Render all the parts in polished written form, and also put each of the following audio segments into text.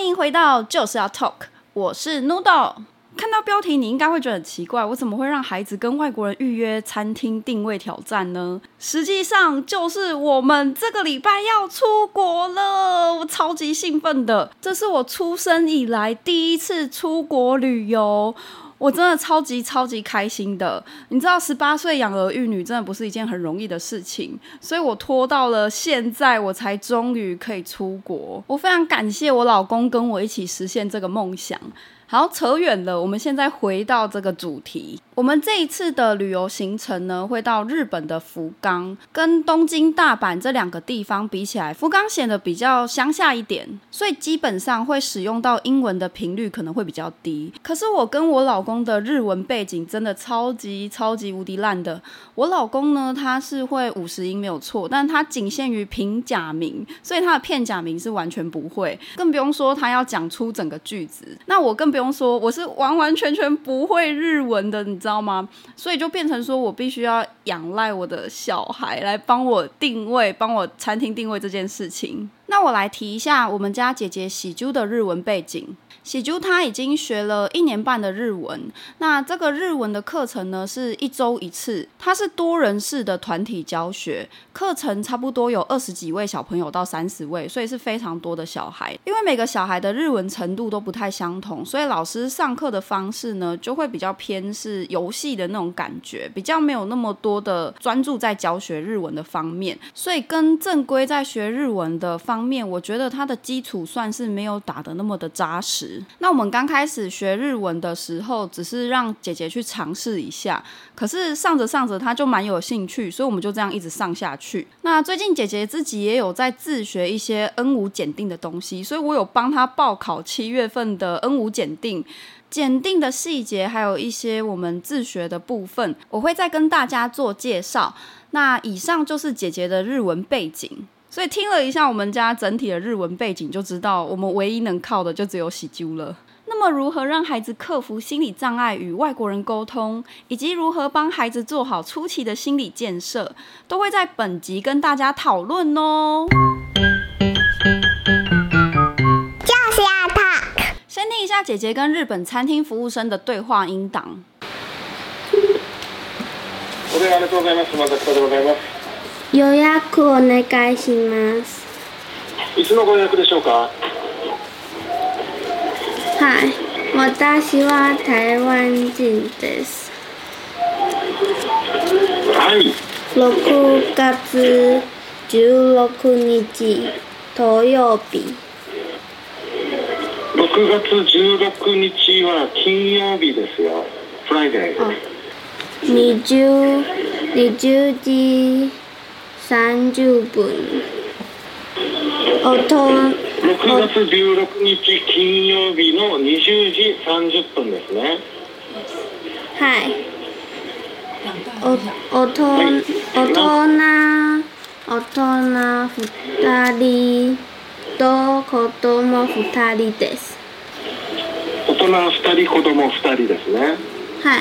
欢迎回到就是要 Talk， 我是 Noodle。看到标题你应该会觉得很奇怪，我怎么会让孩子跟外国人预约餐厅定位挑战呢？实际上就是我们这个礼拜要出国了，我超级兴奋的，这是我出生以来第一次出国旅游，我真的超级开心的。你知道18岁养儿育女真的不是一件很容易的事情，所以我拖到了现在我才终于可以出国。我非常感谢我老公跟我一起实现这个梦想。好，扯远了，我们现在回到这个主题。我们这一次的旅游行程呢，会到日本的福冈，跟东京、大阪这两个地方比起来，福冈显得比较乡下一点，所以基本上会使用到英文的频率可能会比较低。可是我跟我老公的日文背景真的超级无敌烂的。我老公呢，他是会50音没有错，但他仅限于平假名，所以他的片假名是完全不会，更不用说他要讲出整个句子。那我更不用说，我是完全不会日文的，你知道吗？所以就变成说我必须要仰赖我的小孩来帮我定位，帮我餐厅定位这件事情。那我来提一下我们家姐姐喜珠的日文背景。喜珠她已经学了1年半的日文，那这个日文的课程呢是1周1次，它是多人式的团体教学，课程差不多有20几位小朋友到30位，所以是非常多的小孩。因为每个小孩的日文程度都不太相同，所以老师上课的方式呢就会比较偏是游戏的那种感觉，比较没有那么多的专注在教学日文的方面，所以跟正规在学日文的方面，我觉得它的基础算是没有打得那么的扎实。那我们刚开始学日文的时候，只是让姐姐去尝试一下，可是上着她就蛮有兴趣，所以我们就这样一直上下去。那最近姐姐自己也有在自学一些 N5 检定的东西，所以我有帮她报考7月份的 N5 检定。检定的细节还有一些我们自学的部分，我会再跟大家做介绍。那以上就是姐姐的日文背景。所以听了一下我们家整体的日文背景，就知道我们唯一能靠的就只有喜珠了。那么如何让孩子克服心理障碍与外国人沟通，以及如何帮孩子做好初期的心理建设，都会在本集跟大家讨论哦。就是要 talk。先听一下姐姐跟日本餐厅服务生的对话音档。 お電話ありがとうございます。松坂でございます。 予約お願いします。 いつのご予約でしょうか。 はい、私は台湾人です。 はい。 6月16日土曜日。 6月16日は金曜日ですよ。フライデー。20時30分。6月16日金曜日の20時30分ですね。 はい。大人2人と子供2人です。 大人2人、子供2人ですね。 はい。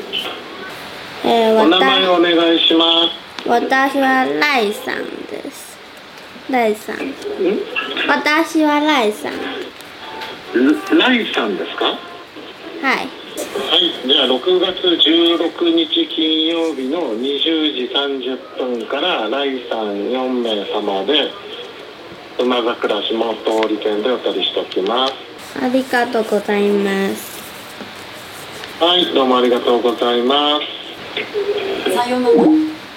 お名前お願いします。 私はライさんです。ライさん。私はライさん。 ライさんですか。 はい。 はい、じゃあ6月16日金曜日の20時30分からライさん4名様で馬桜下通り店でお取りしておきます。 ありがとうございます。 はい、どうもありがとうございます。 さよなら。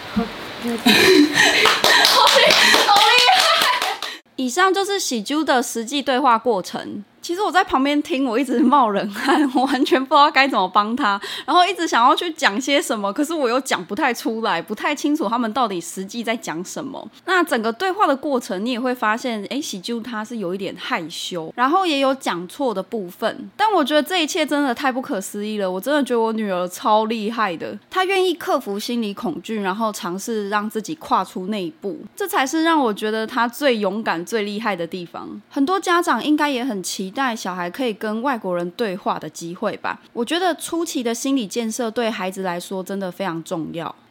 以上就是喜珠的实际对话过程。其实我在旁边听，我一直冒冷汗，我完全不知道该怎么帮他，然后一直想要去讲些什么，可是我又讲不太出来，不太清楚他们到底实际在讲什么。那整个对话的过程，你也会发现，喜珠他是有一点害羞，然后也有讲错的部分。但我觉得这一切真的太不可思议了，我真的觉得我女儿超厉害的，她愿意克服心理恐惧，然后尝试让自己跨出那一步，这才是让我觉得她最勇敢、最厉害的地方。很多家长应该也很期待小孩可以跟外国人对话的机会吧。我觉得初期的心理建设对孩子来说真的非常重要。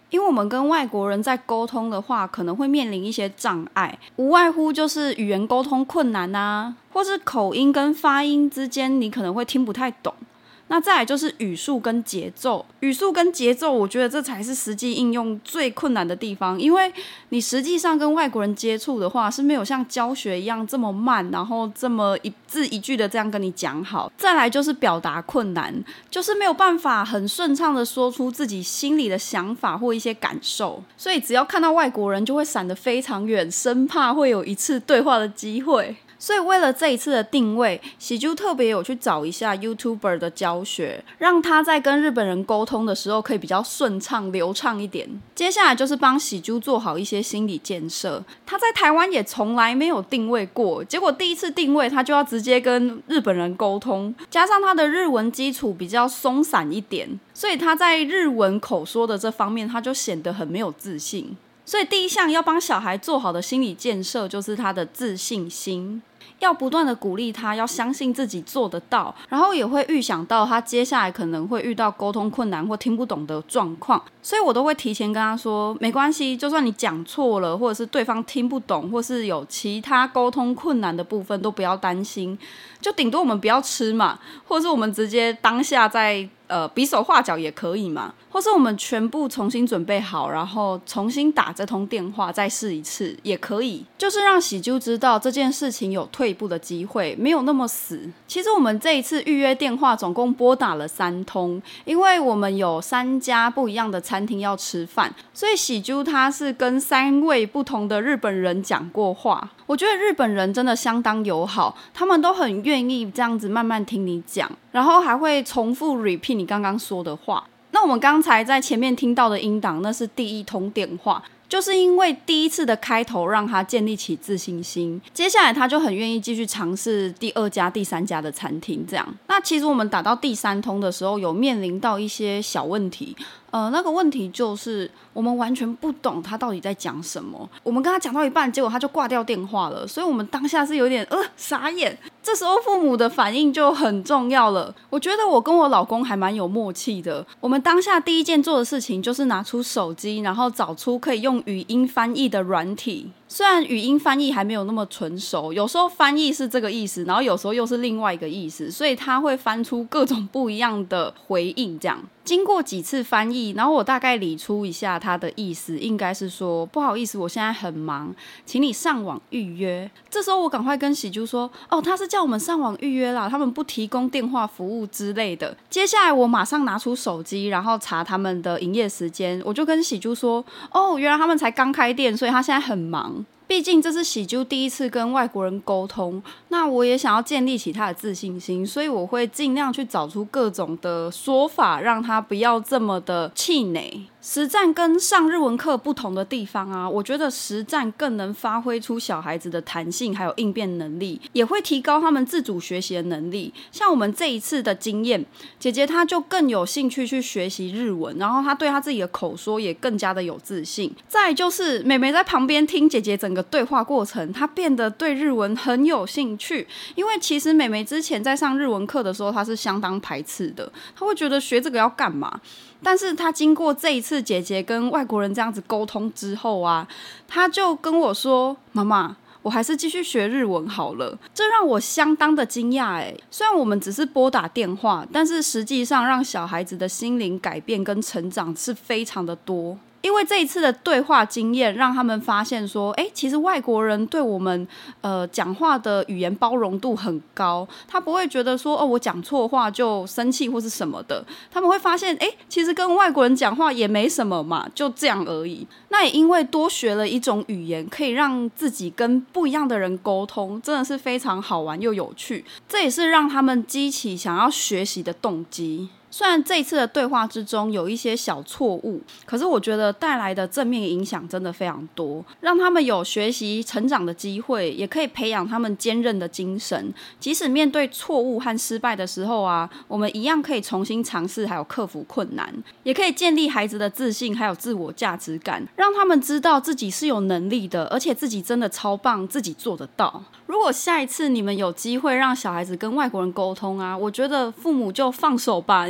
因为我们跟外国人在沟通的话，可能会面临一些障碍，无外乎就是语言沟通困难啊，或是口音跟发音之间你可能会听不太懂。那再来就是语速跟节奏，我觉得这才是实际应用最困难的地方，因为你实际上跟外国人接触的话是没有像教学一样这么慢，然后这么一字一句的这样跟你讲好。再来就是表达困难，就是没有办法很顺畅的说出自己心里的想法或一些感受，所以只要看到外国人就会闪得非常远，生怕会有一次对话的机会。所以为了这一次的定位，喜珠特别有去找一下 YouTuber 的教学，让他在跟日本人沟通的时候可以比较顺畅流畅一点。接下来就是帮喜珠做好一些心理建设，他在台湾也从来没有定位过，结果第一次定位他就要直接跟日本人沟通，加上他的日文基础比较松散一点，所以他在日文口说的这方面他就显得很没有自信。所以第一项要帮小孩做好的心理建设就是他的自信心，要不断的鼓励他，要相信自己做得到，然后也会预想到他接下来可能会遇到沟通困难或听不懂的状况，所以我都会提前跟他说，没关系，就算你讲错了，或者是对方听不懂，或是有其他沟通困难的部分，都不要担心，就顶多我们不要吃嘛，或者是我们直接当下在比手画脚也可以嘛，或是我们全部重新准备好，然后重新打这通电话再试一次也可以，就是让喜珠知道这件事情有退步的机会，没有那么死。其实我们这一次预约电话总共拨打了3通，因为我们有3家不一样的餐厅要吃饭，所以喜珠他是跟3位不同的日本人讲过话。我觉得日本人真的相当友好，他们都很愿意这样子慢慢听你讲，然后还会重复 repeat 你刚刚说的话。那我们刚才在前面听到的音档，那是第1通电话，就是因为第一次的开头让他建立起自信心，接下来他就很愿意继续尝试第2家、第3家的餐厅这样。那其实我们打到第3通的时候，有面临到一些小问题，那个问题就是我们完全不懂他到底在讲什么，我们跟他讲到一半，结果他就挂掉电话了，所以我们当下是有点傻眼。这时候父母的反应就很重要了，我觉得我跟我老公还蛮有默契的，我们当下第一件做的事情就是拿出手机，然后找出可以用语音翻译的软体。虽然语音翻译还没有那么纯熟，有时候翻译是这个意思，然后有时候又是另外一个意思，所以他会翻出各种不一样的回应这样。经过几次翻译，然后我大概理出一下他的意思，应该是说不好意思，我现在很忙，请你上网预约。这时候我赶快跟喜珠说，他是叫我们上网预约啦，他们不提供电话服务之类的。接下来我马上拿出手机，然后查他们的营业时间，我就跟喜珠说，原来他们才刚开店，所以他现在很忙。毕竟这是喜珠第一次跟外国人沟通，那我也想要建立起他的自信心，所以我会尽量去找出各种的说法，让他不要这么的气馁。实战跟上日文课不同的地方啊，我觉得实战更能发挥出小孩子的弹性还有应变能力，也会提高他们自主学习的能力。像我们这一次的经验，姐姐她就更有兴趣去学习日文，然后她对她自己的口说也更加的有自信。再来就是妹妹在旁边听姐姐整个对话过程，她变得对日文很有兴趣，因为其实妹妹之前在上日文课的时候她是相当排斥的，她会觉得学这个要干嘛，但是她经过这一次姐姐跟外国人这样子沟通之后啊，她就跟我说，妈妈，我还是继续学日文好了。这让我相当的惊讶耶。虽然我们只是拨打电话，但是实际上让小孩子的心灵改变跟成长是非常的多。因为这一次的对话经验让他们发现说，其实外国人对我们讲话的语言包容度很高，他不会觉得说我讲错话就生气或是什么的，他们会发现其实跟外国人讲话也没什么嘛，就这样而已。那也因为多学了一种语言，可以让自己跟不一样的人沟通，真的是非常好玩又有趣，这也是让他们激起想要学习的动机。虽然这一次的对话之中有一些小错误，可是我觉得带来的正面影响真的非常多，让他们有学习成长的机会，也可以培养他们坚韧的精神。即使面对错误和失败的时候啊，我们一样可以重新尝试，还有克服困难，也可以建立孩子的自信还有自我价值感，让他们知道自己是有能力的，而且自己真的超棒，自己做得到。如果下一次你们有机会让小孩子跟外国人沟通啊，我觉得父母就放手吧，你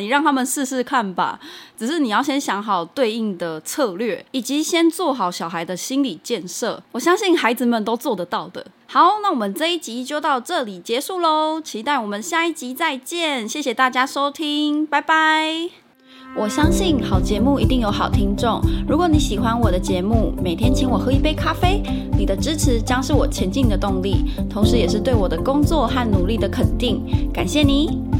你让他们试试看吧。只是你要先想好对应的策略，以及先做好小孩的心理建设。我相信孩子们都做得到的。好，那我们这一集就到这里结束咯，期待我们下一集再见。谢谢大家收听，拜拜。我相信好节目一定有好听众。如果你喜欢我的节目，每天请我喝一杯咖啡，你的支持将是我前进的动力，同时也是对我的工作和努力的肯定。感谢你。